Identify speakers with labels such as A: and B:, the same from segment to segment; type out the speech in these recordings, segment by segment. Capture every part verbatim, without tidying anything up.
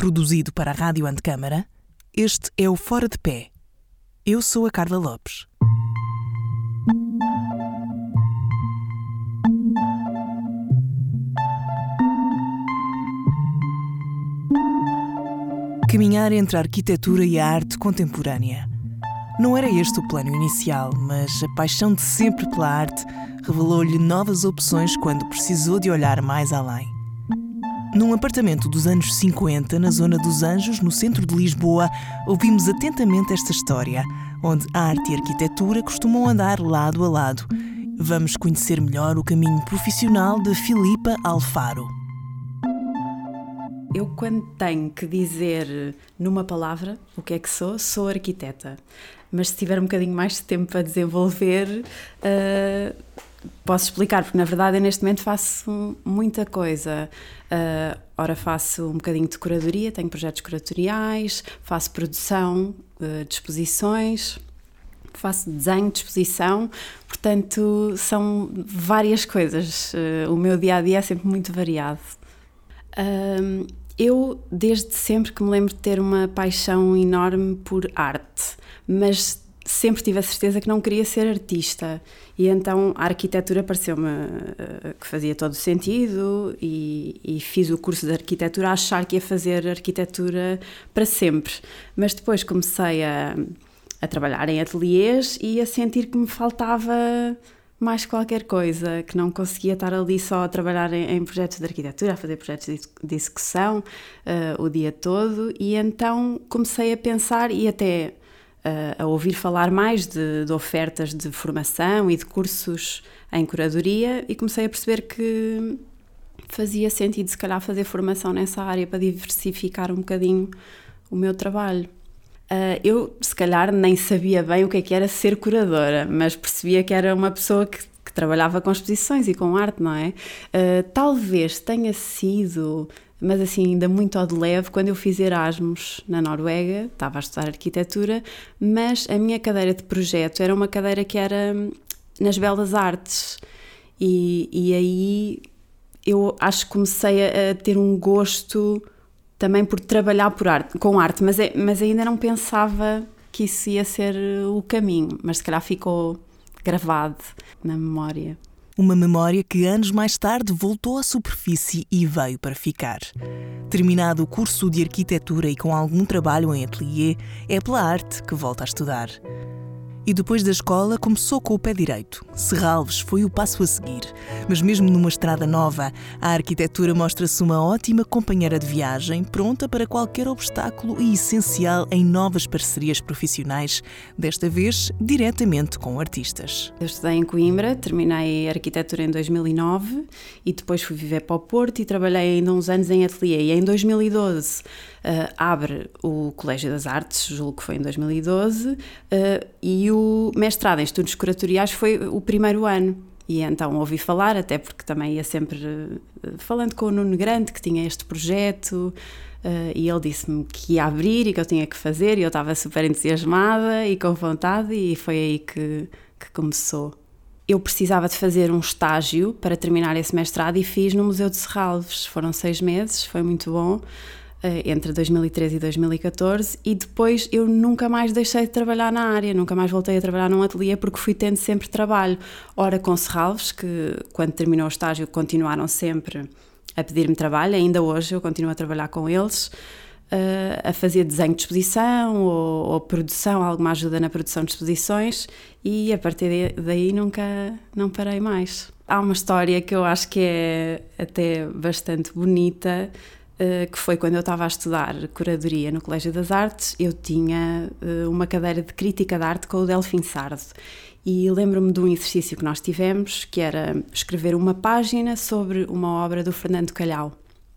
A: produzido para a Rádio Antecâmara, este é o Fora de Pé. Eu sou a Carla Lopes. Caminhar entre a arquitetura e a arte contemporânea. Não era este o plano inicial, mas a paixão de sempre pela arte revelou-lhe novas opções quando precisou de olhar mais além. Num apartamento dos anos cinquenta, na Zona dos Anjos, no centro de Lisboa, ouvimos atentamente esta história, onde a arte e a arquitetura costumam andar lado a lado. Vamos conhecer melhor o caminho profissional de Filipa Alfaro.
B: Eu, quando tenho que dizer numa palavra o que é que sou, sou arquiteta. Mas se tiver um bocadinho mais de tempo para desenvolver, uh, posso explicar, porque na verdade eu neste momento faço muita coisa. Uh, ora faço um bocadinho de curadoria, tenho projetos curatoriais, faço produção uh, de exposições, faço desenho de exposição, portanto são várias coisas. Uh, o meu dia-a-dia é sempre muito variado. Uh, eu, desde sempre que me lembro de ter uma paixão enorme por arte, mas sempre tive a certeza que não queria ser artista, e então a arquitetura pareceu-me uh, que fazia todo o sentido, e, e fiz o curso de arquitetura a achar que ia fazer arquitetura para sempre, mas depois comecei a, a trabalhar em ateliês e a sentir que me faltava mais qualquer coisa, que não conseguia estar ali só a trabalhar em, em projetos de arquitetura, a fazer projetos de, de execução uh, o dia todo, e então comecei a pensar e até uh, a ouvir falar mais de, de ofertas de formação e de cursos em curadoria, e comecei a perceber que fazia sentido se calhar fazer formação nessa área para diversificar um bocadinho o meu trabalho. Uh, eu, se calhar, nem sabia bem o que é que era ser curadora, mas percebia que era uma pessoa que, que trabalhava com exposições e com arte, não é? Uh, talvez tenha sido, mas assim, ainda muito ao de leve, quando eu fiz Erasmus na Noruega, estava a estudar arquitetura, mas a minha cadeira de projeto era uma cadeira que era nas belas artes, e, e aí eu acho que comecei a, a ter um gosto também por trabalhar por arte, com arte, mas, é, mas ainda não pensava que isso ia ser o caminho, mas se calhar ficou gravado na memória.
A: Uma memória que anos mais tarde voltou à superfície e veio para ficar. Terminado o curso de arquitetura e com algum trabalho em ateliê, é pela arte que volta a estudar. E depois da escola começou com o pé direito. Serralves foi o passo a seguir. Mas mesmo numa estrada nova, a arquitetura mostra-se uma ótima companheira de viagem, pronta para qualquer obstáculo e essencial em novas parcerias profissionais, desta vez diretamente com artistas.
B: Eu estudei em Coimbra, terminei arquitetura em dois mil e nove e depois fui viver para o Porto e trabalhei ainda uns anos em ateliê. E em dois mil e doze uh, abre o Colégio das Artes, julgo que foi em dois mil e doze, uh, e o O mestrado em estudos curatoriais foi o primeiro ano, e então ouvi falar, até porque também ia sempre falando com o Nuno Grande, que tinha este projeto, uh, e ele disse-me que ia abrir e que eu tinha que fazer, e eu estava super entusiasmada e com vontade, e foi aí que, que começou. Eu precisava de fazer um estágio para terminar esse mestrado e fiz no Museu de Serralves. Foram seis meses, foi muito bom, entre dois mil e treze e dois mil e catorze, e depois eu nunca mais deixei de trabalhar na área, nunca mais voltei a trabalhar num ateliê, porque fui tendo sempre trabalho. Ora com Serralves, que quando terminou o estágio continuaram sempre a pedir-me trabalho, ainda hoje eu continuo a trabalhar com eles, a fazer desenho de exposição ou, ou produção, alguma ajuda na produção de exposições, e a partir daí nunca não parei mais. Há uma história que eu acho que é até bastante bonita, Uh, que foi quando eu estava a estudar curadoria no Colégio das Artes. Eu tinha uh, uma cadeira de crítica de arte com o Delfim Sardo, e lembro-me de um exercício que nós tivemos, que era escrever uma página sobre uma obra do Fernando Calhau,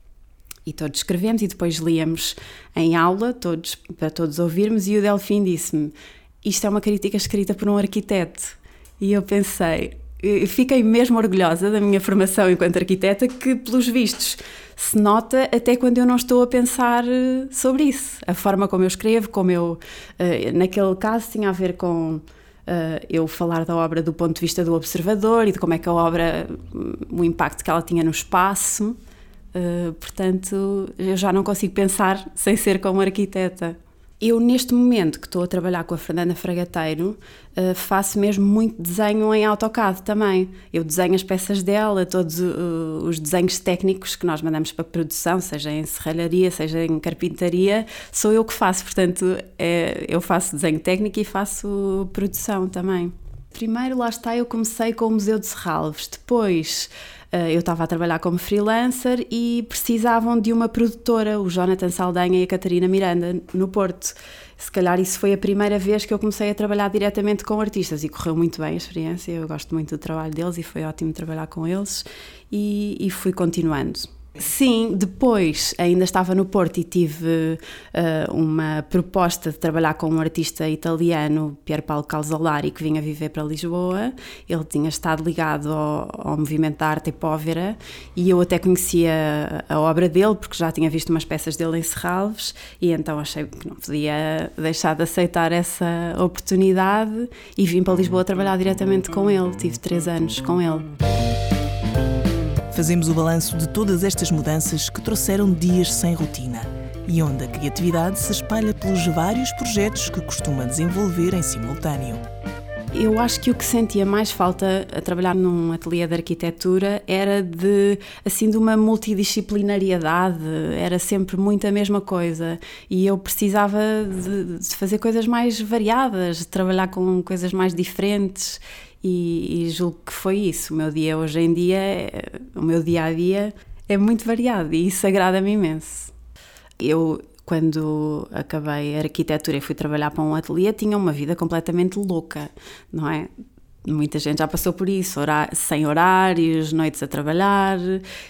B: e todos escrevemos e depois líamos em aula, todos, para todos ouvirmos, e o Delfim disse-me: isto é uma crítica escrita por um arquiteto. E eu pensei, eu fiquei mesmo orgulhosa da minha formação enquanto arquiteta, que pelos vistos se nota até quando eu não estou a pensar sobre isso. A forma como eu escrevo, como eu, uh, naquele caso tinha a ver com uh, eu falar da obra do ponto de vista do observador e de como é que a obra, o impacto que ela tinha no espaço, Uh, portanto, eu já não consigo pensar sem ser como arquiteta. Eu, neste momento que estou a trabalhar com a Fernanda Fragateiro, uh, faço mesmo muito desenho em AutoCAD também. Eu desenho as peças dela, todos uh, os desenhos técnicos que nós mandamos para produção, seja em serralharia, seja em carpintaria, sou eu que faço. Portanto, é, eu faço desenho técnico e faço produção também. Primeiro, lá está, eu comecei com o Museu de Serralves. Depois, eu estava a trabalhar como freelancer e precisavam de uma produtora, o Jonathan Saldanha e a Catarina Miranda, no Porto. Se calhar isso foi a primeira vez que eu comecei a trabalhar diretamente com artistas e correu muito bem a experiência. Eu gosto muito do trabalho deles e foi ótimo trabalhar com eles e, e fui continuando. Sim, depois ainda estava no Porto e tive uh, uma proposta de trabalhar com um artista italiano, Pier Paolo Calzolari, que vinha viver para Lisboa. Ele tinha estado ligado ao, ao movimento da arte povera e eu até conhecia a obra dele porque já tinha visto umas peças dele em Serralves e então achei que não podia deixar de aceitar essa oportunidade e vim para Lisboa trabalhar diretamente com ele. Tive três anos com ele.
A: Fazemos o balanço de todas estas mudanças que trouxeram dias sem rotina e onde a criatividade se espalha pelos vários projetos que costuma desenvolver em simultâneo.
B: Eu acho que o que sentia mais falta a trabalhar num ateliê de arquitetura era de, assim, de uma multidisciplinariedade, era sempre muito a mesma coisa e eu precisava de, de fazer coisas mais variadas, de trabalhar com coisas mais diferentes. E, e julgo que foi isso. O meu dia hoje em dia, o meu dia a dia é muito variado e isso agrada-me imenso. Eu, quando acabei a arquitetura e fui trabalhar para um ateliê, tinha uma vida completamente louca, não é? Muita gente já passou por isso, horário, sem horários, noites a trabalhar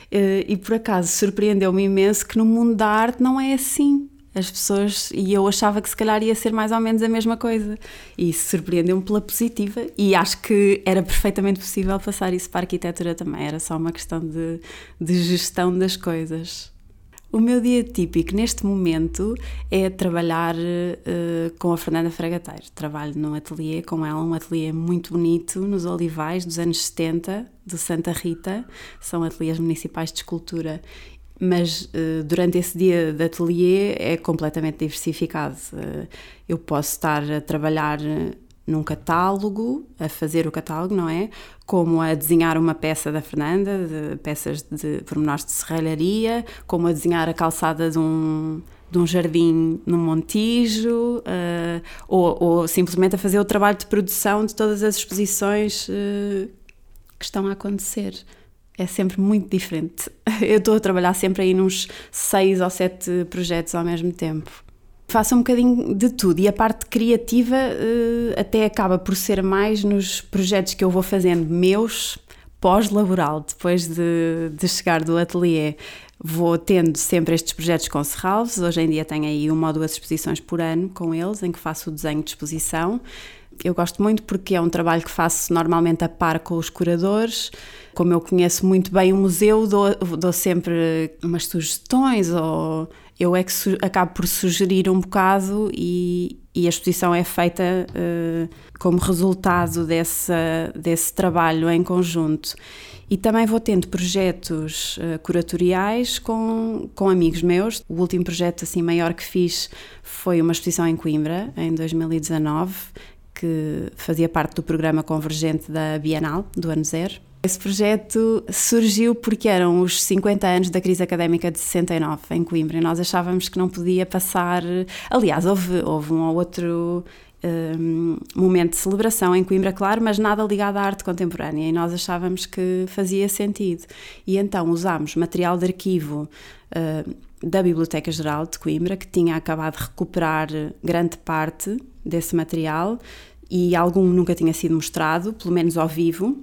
B: e por acaso surpreendeu-me imenso que no mundo da arte não é assim. As pessoas, e eu achava que se calhar ia ser mais ou menos a mesma coisa e isso surpreendeu-me pela positiva e acho que era perfeitamente possível passar isso para a arquitetura também, era só uma questão de, de gestão das coisas. O meu dia típico neste momento é trabalhar uh, com a Fernanda Fragateiro. Trabalho num ateliê com ela, um ateliê muito bonito nos Olivais dos anos setenta, do Santa Rita, são ateliês municipais de escultura. Mas uh, durante esse dia de ateliê é completamente diversificado. Uh, eu posso estar a trabalhar num catálogo, a fazer o catálogo, não é? Como a desenhar uma peça da Fernanda, de peças de pormenores de serralharia, como a desenhar a calçada de um, de um jardim no Montijo, uh, ou, ou simplesmente a fazer o trabalho de produção de todas as exposições uh, que estão a acontecer. É sempre muito diferente. Eu estou a trabalhar sempre aí nos seis ou sete projetos ao mesmo tempo. Faço um bocadinho de tudo e a parte criativa uh, até acaba por ser mais nos projetos que eu vou fazendo meus pós-laboral, depois de, de chegar do ateliê. Vou tendo sempre estes projetos com Serralves. Hoje em dia tenho aí uma ou duas exposições por ano com eles, em que faço o desenho de exposição. Eu gosto muito porque é um trabalho que faço normalmente a par com os curadores. Como eu conheço muito bem o museu, dou, dou sempre umas sugestões ou eu é que su- acabo por sugerir um bocado e, e a exposição é feita uh, como resultado desse, desse trabalho em conjunto. E também vou tendo projetos uh, curatoriais com, com amigos meus. O último projeto assim maior que fiz foi uma exposição em Coimbra, em dois mil e dezanove, que fazia parte do programa Convergente da Bienal, do ano zero. Esse projeto surgiu porque eram os cinquenta anos da crise académica de sessenta e nove em Coimbra e nós achávamos que não podia passar... Aliás, houve, houve um ou outro um, momento de celebração em Coimbra, claro, mas nada ligado à arte contemporânea e nós achávamos que fazia sentido. E então usámos material de arquivo uh, da Biblioteca Geral de Coimbra, que tinha acabado de recuperar grande parte desse material e algum nunca tinha sido mostrado, pelo menos ao vivo.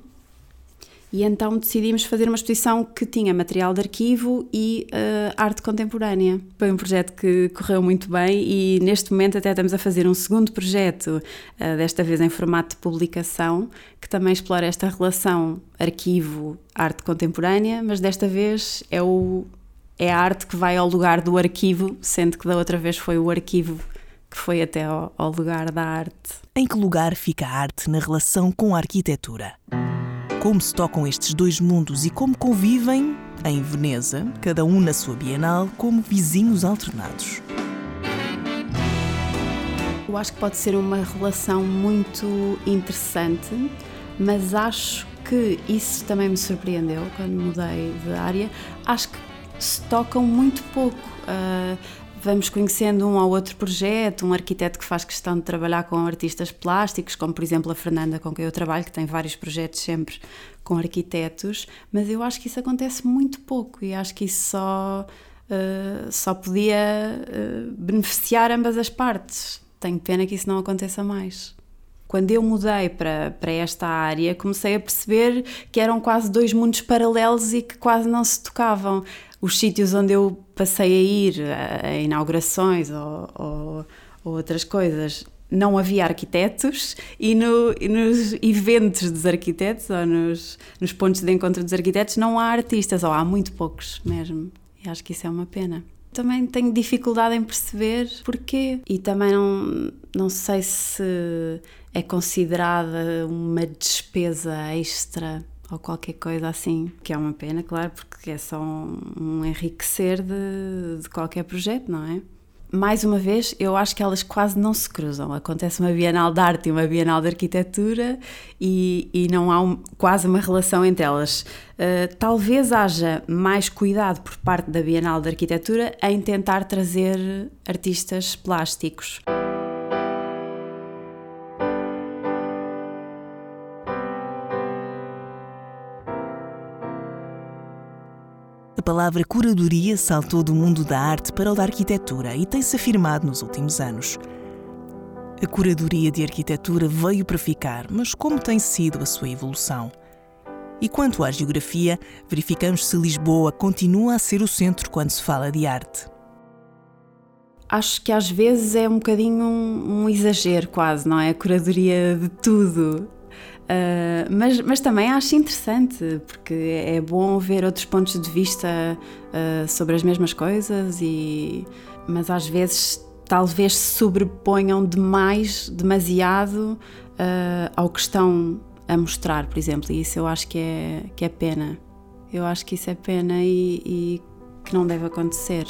B: E então decidimos fazer uma exposição que tinha material de arquivo e uh, arte contemporânea. Foi um projeto que correu muito bem e neste momento até estamos a fazer um segundo projeto, uh, desta vez em formato de publicação, que também explora esta relação arquivo-arte contemporânea, mas desta vez é, o, é a arte que vai ao lugar do arquivo, sendo que da outra vez foi o arquivo que foi até ao, ao lugar da arte.
A: Em que lugar fica a arte na relação com a arquitetura? Como se tocam estes dois mundos e como convivem em Veneza, cada um na sua bienal, como vizinhos alternados.
B: Eu acho que pode ser uma relação muito interessante, mas acho que isso também me surpreendeu quando mudei de área. Acho que se tocam muito pouco. Uh, vamos conhecendo um ou outro projeto, um arquiteto que faz questão de trabalhar com artistas plásticos, como por exemplo a Fernanda, com quem eu trabalho, que tem vários projetos sempre com arquitetos, mas eu acho que isso acontece muito pouco e acho que isso só, uh, só podia uh, beneficiar ambas as partes. Tenho pena que isso não aconteça mais. Quando eu mudei para, para esta área, comecei a perceber que eram quase dois mundos paralelos e que quase não se tocavam. Os sítios onde eu passei a ir, a, a inaugurações ou, ou, ou outras coisas, não havia arquitetos, e, no, e nos eventos dos arquitetos ou nos, nos pontos de encontro dos arquitetos não há artistas, ou há muito poucos mesmo. E acho que isso é uma pena. Também tenho dificuldade em perceber porquê, e também não, não sei se é considerada uma despesa extra ou qualquer coisa assim, que é uma pena, claro, porque é só um, um enriquecer de, de qualquer projeto, não é? Mais uma vez, eu acho que elas quase não se cruzam. Acontece uma Bienal de Arte e uma Bienal de Arquitetura e, e não há um, quase uma relação entre elas. Uh, talvez haja mais cuidado por parte da Bienal de Arquitetura em tentar trazer artistas plásticos.
A: A palavra curadoria saltou do mundo da arte para o da arquitetura e tem-se afirmado nos últimos anos. A curadoria de arquitetura veio para ficar, mas como tem sido a sua evolução? E quanto à geografia, verificamos se Lisboa continua a ser o centro quando se fala de arte.
B: Acho que às vezes é um bocadinho um, um exagero quase, não é? A curadoria de tudo. Uh, mas, mas também acho interessante, porque é bom ver outros pontos de vista uh, sobre as mesmas coisas, e, mas às vezes talvez se sobreponham demais, demasiado uh, ao que estão a mostrar, por exemplo, e isso eu acho que é, que é pena. Eu acho que isso é pena e, e que não deve acontecer.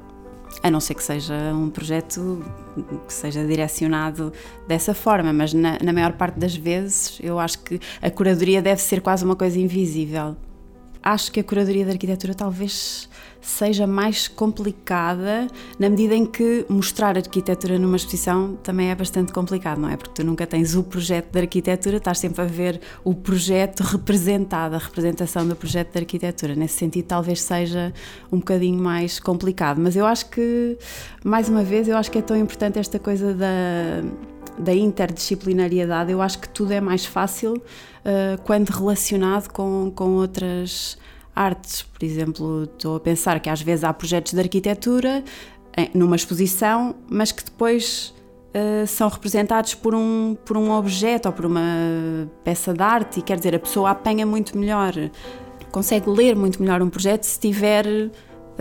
B: A não ser que seja um projeto que seja direcionado dessa forma, mas na, na maior parte das vezes eu acho que a curadoria deve ser quase uma coisa invisível. Acho que a curadoria da arquitetura talvez seja mais complicada, na medida em que mostrar arquitetura numa exposição também é bastante complicado, não é? Porque tu nunca tens o projeto de arquitetura, estás sempre a ver o projeto representado, a representação do projeto de arquitetura. Nesse sentido, talvez seja um bocadinho mais complicado. Mas eu acho que, mais uma vez, eu acho que é tão importante esta coisa da, da interdisciplinariedade. Eu acho que tudo é mais fácil uh, quando relacionado com, com outras artes. Por exemplo, estou a pensar que às vezes há projetos de arquitetura numa exposição, mas que depois uh, são representados por um, por um objeto ou por uma peça de arte, e quer dizer, a pessoa apanha muito melhor, consegue ler muito melhor um projeto se tiver uh,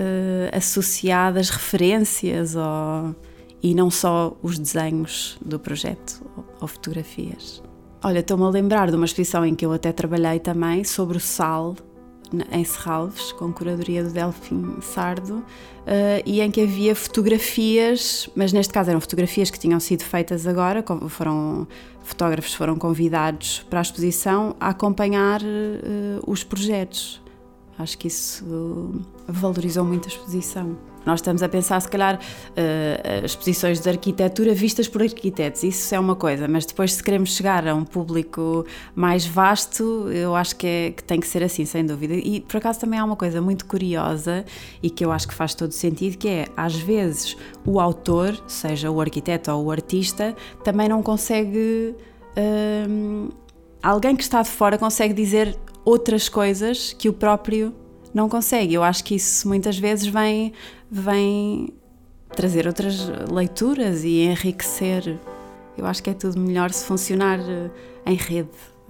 B: associadas referências ou, e não só os desenhos do projeto ou, ou fotografias. Olha, estou-me a lembrar de uma exposição em que eu até trabalhei também sobre o sal, em Serralves, com curadoria do Delfim Sardo, uh, e em que havia fotografias, mas neste caso eram fotografias que tinham sido feitas agora, foram, fotógrafos foram convidados para a exposição a acompanhar uh, os projetos. Acho que isso valorizou muito a exposição. Nós estamos a pensar, se calhar, uh, exposições de arquitetura vistas por arquitetos, isso é uma coisa, mas depois, se queremos chegar a um público mais vasto, eu acho que, é, que tem que ser assim, sem dúvida. E, por acaso, também há uma coisa muito curiosa e que eu acho que faz todo sentido, que é, às vezes, o autor, seja o arquiteto ou o artista, também não consegue... Uh, alguém que está de fora consegue dizer outras coisas que o próprio não consegue. Eu acho que isso muitas vezes vem, vem trazer outras leituras e enriquecer. Eu acho que é tudo melhor se funcionar em rede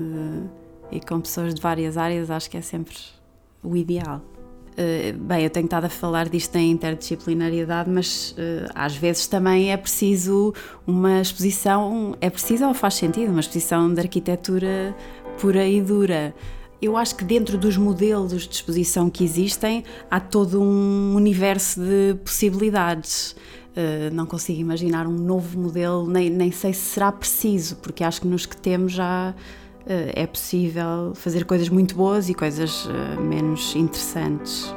B: e com pessoas de várias áreas, acho que é sempre o ideal. Bem, eu tenho estado a falar disto em interdisciplinariedade, mas às vezes também é preciso uma exposição, é preciso ou faz sentido uma exposição de arquitetura pura e dura. Eu acho que dentro dos modelos de exposição que existem há todo um universo de possibilidades. Uh, não consigo imaginar um novo modelo, nem, nem sei se será preciso, porque acho que nos que temos já uh, é possível fazer coisas muito boas e coisas uh, menos interessantes.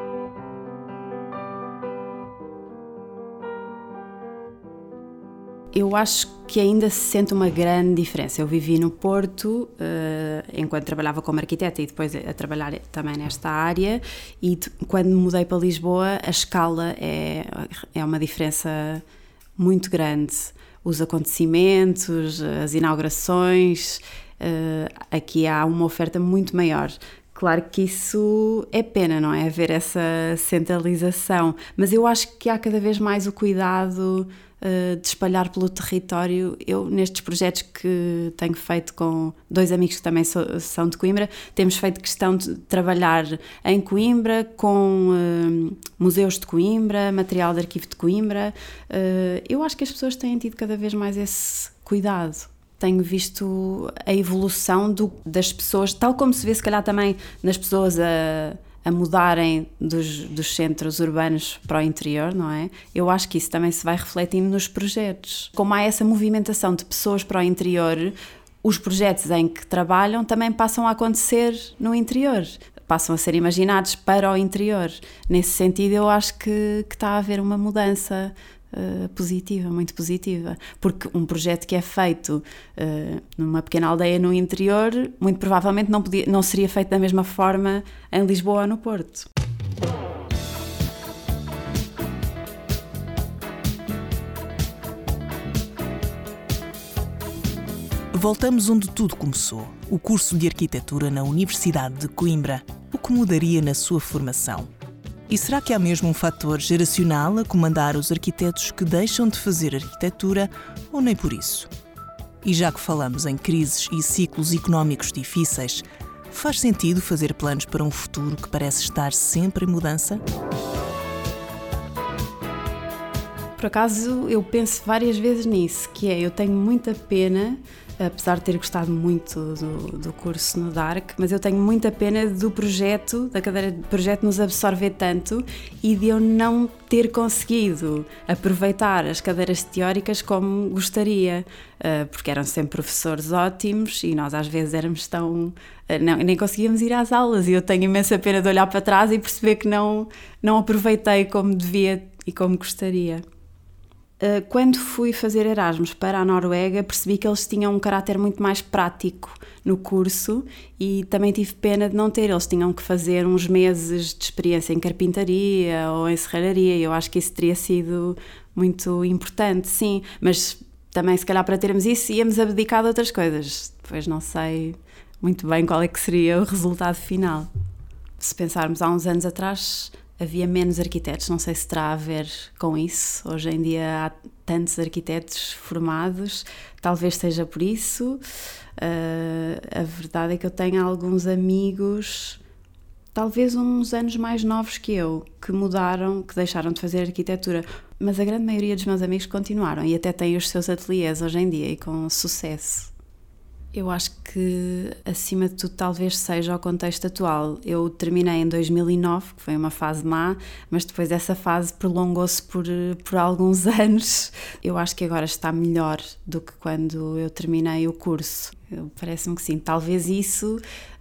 B: Eu acho que ainda se sente uma grande diferença. Eu vivi no Porto, uh, enquanto trabalhava como arquiteta e depois a trabalhar também nesta área, e de, quando me mudei para Lisboa, a escala é, é uma diferença muito grande. Os acontecimentos, as inaugurações, uh, aqui há uma oferta muito maior. Claro que isso é pena, não é? Haver essa centralização, mas eu acho que há cada vez mais o cuidado de espalhar pelo território. Eu, nestes projetos que tenho feito com dois amigos que também so, são de Coimbra, temos feito questão de trabalhar em Coimbra com uh, museus de Coimbra, material de arquivo de Coimbra. Uh, eu acho que as pessoas têm tido cada vez mais esse cuidado. Tenho visto a evolução do, das pessoas, tal como se vê se calhar também nas pessoas a a mudarem dos, dos centros urbanos para o interior, não é? Eu acho que isso também se vai refletindo nos projetos. Como há essa movimentação de pessoas para o interior, os projetos em que trabalham também passam a acontecer no interior, passam a ser imaginados para o interior. Nesse sentido, eu acho que, que está a haver uma mudança Uh, positiva, muito positiva, porque um projeto que é feito uh, numa pequena aldeia no interior, muito provavelmente não, podia, não seria feito da mesma forma em Lisboa ou no Porto.
A: Voltamos onde tudo começou, o curso de arquitetura na Universidade de Coimbra. O que mudaria na sua formação? E será que há mesmo um fator geracional a comandar os arquitetos que deixam de fazer arquitetura ou nem por isso? E já que falamos em crises e ciclos económicos difíceis, faz sentido fazer planos para um futuro que parece estar sempre em mudança?
B: Por acaso eu penso várias vezes nisso, que é, eu tenho muita pena, apesar de ter gostado muito do, do curso no D A R C, mas eu tenho muita pena do projeto, da cadeira de projeto nos absorver tanto e de eu não ter conseguido aproveitar as cadeiras teóricas como gostaria, porque eram sempre professores ótimos e nós às vezes éramos tão... Não, nem conseguíamos ir às aulas e eu tenho imensa pena de olhar para trás e perceber que não, não aproveitei como devia e como gostaria. Quando fui fazer Erasmus para a Noruega, percebi que eles tinham um caráter muito mais prático no curso e também tive pena de não ter. Eles tinham que fazer uns meses de experiência em carpintaria ou em serralharia e eu acho que isso teria sido muito importante, sim, mas também se calhar para termos isso íamos abdicar de outras coisas. Depois não sei muito bem qual é que seria o resultado final. Se pensarmos há uns anos atrás... havia menos arquitetos, não sei se terá a ver com isso. Hoje em dia há tantos arquitetos formados, talvez seja por isso. Uh, a verdade é que eu tenho alguns amigos, talvez uns anos mais novos que eu, que mudaram, que deixaram de fazer arquitetura, mas a grande maioria dos meus amigos continuaram e até têm os seus ateliês hoje em dia e com sucesso. Eu acho que, acima de tudo, talvez seja o contexto atual. Eu terminei em dois mil e nove, que foi uma fase má, mas depois essa fase prolongou-se por, por alguns anos. Eu acho que agora está melhor do que quando eu terminei o curso. Parece-me que sim. Talvez isso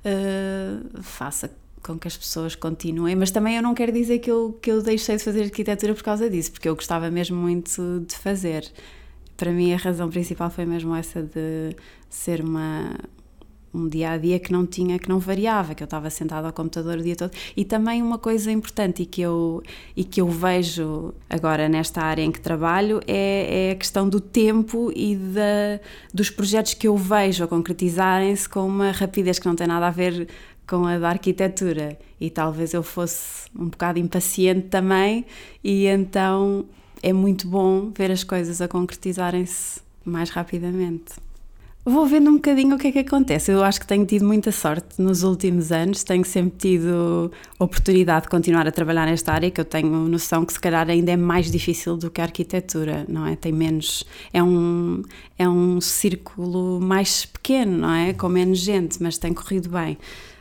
B: uh, faça com que as pessoas continuem, mas também eu não quero dizer que eu, que eu deixei de fazer arquitetura por causa disso, porque eu gostava mesmo muito de fazer. Para mim a razão principal foi mesmo essa de ser uma, um dia-a-dia que não tinha, que não variava, que eu estava sentada ao computador o dia todo. E também uma coisa importante e que eu, e que eu vejo agora nesta área em que trabalho é, é a questão do tempo e da, dos projetos que eu vejo a concretizarem-se com uma rapidez que não tem nada a ver com a da arquitetura. E talvez eu fosse um bocado impaciente também e então... é muito bom ver as coisas a concretizarem-se mais rapidamente. Vou vendo um bocadinho o que é que acontece. Eu acho que tenho tido muita sorte nos últimos anos, tenho sempre tido oportunidade de continuar a trabalhar nesta área, que eu tenho noção que se calhar ainda é mais difícil do que a arquitetura, não é? Tem menos... É um, é um círculo mais pequeno, não é? Com menos gente, mas tem corrido bem.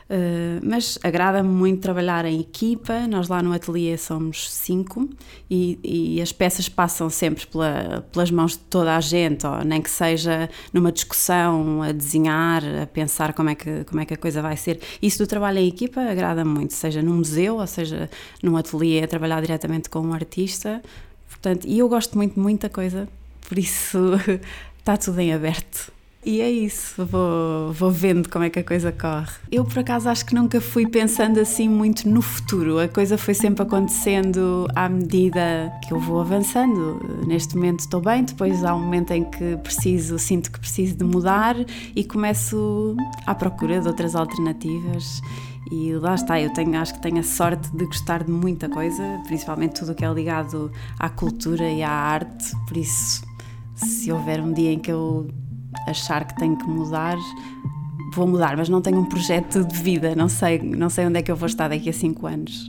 B: Uh, mas agrada-me muito trabalhar em equipa. Nós lá no ateliê somos cinco e, e as peças passam sempre pela, pelas mãos de toda a gente, ou nem que seja numa discussão, a desenhar, a pensar como é que, como é que a coisa vai ser. Isso do trabalho em equipa agrada-me muito, seja num museu ou seja num ateliê, a trabalhar diretamente com um artista. Portanto, e eu gosto muito de muita coisa, por isso está tudo em aberto. E é isso, vou, vou vendo como é que a coisa corre. Eu, por acaso, acho que nunca fui pensando assim muito no futuro. A coisa foi sempre acontecendo à medida que eu vou avançando. Neste momento estou bem, depois há um momento em que preciso, sinto que preciso de mudar e começo à procura de outras alternativas. E lá está, eu tenho, acho que tenho a sorte de gostar de muita coisa, principalmente tudo o que é ligado à cultura e à arte. Por isso, se houver um dia em que eu achar que tenho que mudar, vou mudar, mas não tenho um projeto de vida, não sei, não sei onde é que eu vou estar daqui a cinco anos.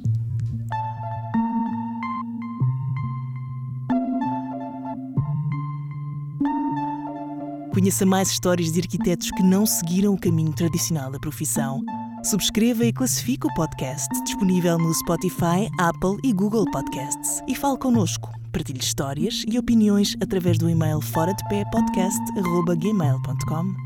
A: Conheça mais histórias de arquitetos que não seguiram o caminho tradicional da profissão. Subscreva e classifique o podcast, disponível no Spotify, Apple e Google Podcasts. E fale connosco. Partilhe histórias e opiniões através do e-mail fora de pé podcast arroba gmail ponto com.